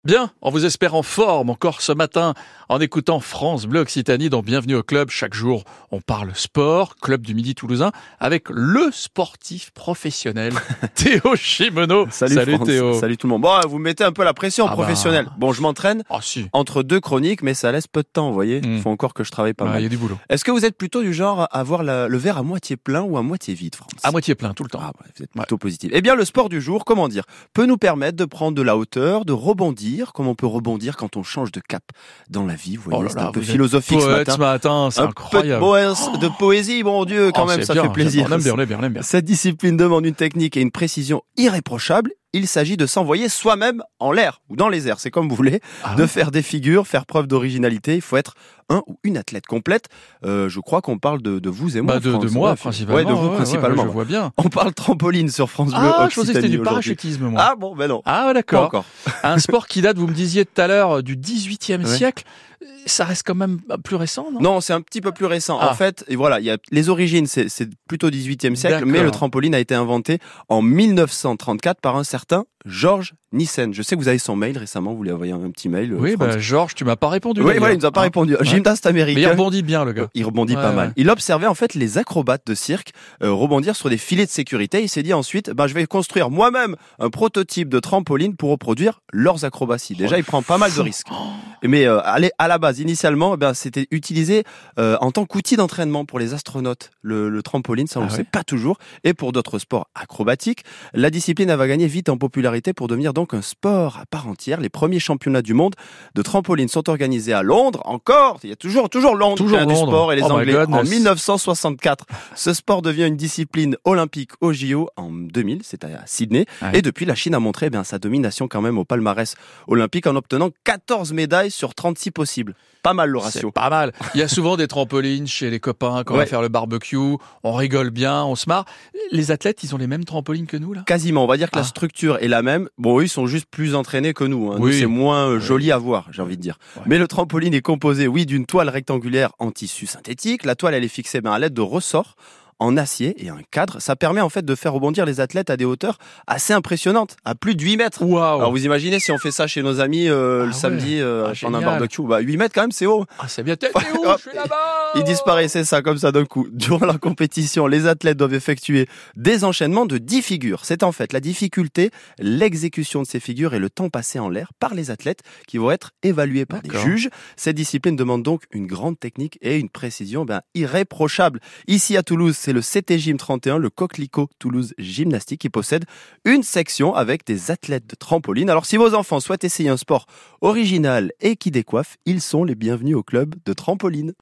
Bien, on vous espère en forme encore ce matin en écoutant France Bleu Occitanie dans Bienvenue au Club. Chaque jour, on parle sport, Club du Midi Toulousain, avec le sportif professionnel Théo Chimeno. Salut Théo. Salut tout le monde. Bon, vous me mettez un peu la pression professionnelle. Bon, je m'entraîne entre deux chroniques, mais ça laisse peu de temps, vous voyez. Il faut encore que je travaille pas mal. Il y a du boulot. Est-ce que vous êtes plutôt du genre à voir le verre à moitié plein ou à moitié vide, France ? À moitié plein, tout le temps. Vous êtes plutôt positif. Eh bien, le sport du jour, comment dire, peut nous permettre de prendre de la hauteur, de rebondir, comme on peut rebondir quand on change de cap dans la vie. Vous voyez, c'est un peu philosophique ce matin. C'est incroyable. Un peu de poésie, mon Dieu, quand même, ça fait plaisir. On aime bien. Cette discipline demande une technique et une précision irréprochables. Il s'agit de s'envoyer soi-même en l'air ou dans les airs, c'est comme vous voulez, de faire des figures, faire preuve d'originalité. Il faut être un ou une athlète complète. Je crois qu'on parle de vous et moi. De moi principalement. Ouais, de vous principalement. Je vois bien. On parle trampoline sur France Bleu Occitanie. Je pensais que c'était du parachutisme, moi. Ah bon, ben non. Ah d'accord. Pas encore. Un sport qui date, vous me disiez tout à l'heure, du 18e siècle. Ça reste quand même plus récent, non ? Non, c'est un petit peu plus récent. En fait, et voilà, il y a les origines, c'est plutôt 18e siècle, mais le trampoline a été inventé en 1934 par un certain Georges Nissen. Je sais que vous avez son mail récemment, vous lui avez envoyé un petit mail. Oui, Georges, tu m'as pas répondu. Oui, voilà, il nous a pas répondu. Un gymnaste américain. Mais il rebondit bien, le gars. Il rebondit pas mal. Il observait en fait les acrobates de cirque rebondir sur des filets de sécurité. Il s'est dit ensuite, je vais construire moi-même un prototype de trampoline pour reproduire leurs acrobaties. Déjà, il prend pas mal de risques. Mais à la base, initialement, c'était utilisé en tant qu'outil d'entraînement pour les astronautes. Le trampoline, ça on le sait pas toujours. Et pour d'autres sports acrobatiques, la discipline va gagner vite en popularité pour devenir donc un sport à part entière. Les premiers championnats du monde de trampoline sont organisés à Londres. Encore, il y a toujours Londres, du sport et les Anglais. En 1964, ce sport devient une discipline olympique au JO en 2000, c'est à Sydney. Et depuis, la Chine a montré sa domination quand même au palmarès olympique en obtenant 14 médailles sur 36 possibles. Pas mal le ratio. C'est pas mal. Il y a souvent des trampolines chez les copains quand on va faire le barbecue. On rigole bien, on se marre. Les athlètes, ils ont les mêmes trampolines que nous, là ? Quasiment. On va dire que la structure est la même. Bon, eux, ils sont juste plus entraînés que nous. Nous, c'est moins joli à voir, j'ai envie de dire. Mais le trampoline est composé, d'une toile rectangulaire en tissu synthétique. La toile, elle est fixée à l'aide de ressorts en acier et un cadre. Ça permet en fait de faire rebondir les athlètes à des hauteurs assez impressionnantes, à plus de 8 mètres. Wow. Alors vous imaginez si on fait ça chez nos amis le samedi pendant un barbecue, 8 mètres quand même, c'est haut. C'est bien, t'es où ? Je suis là-bas. Il disparaissait ça comme ça d'un coup. Durant la compétition, les athlètes doivent effectuer des enchaînements de 10 figures. C'est en fait la difficulté, l'exécution de ces figures et le temps passé en l'air par les athlètes qui vont être évalués par des juges. Cette discipline demande donc une grande technique et une précision irréprochable. Ici à Toulouse, c'est le CT Gym 31, le Coquelicot Toulouse Gymnastique, qui possède une section avec des athlètes de trampoline. Alors si vos enfants souhaitent essayer un sport original et qui décoiffe, ils sont les bienvenus au club de trampoline.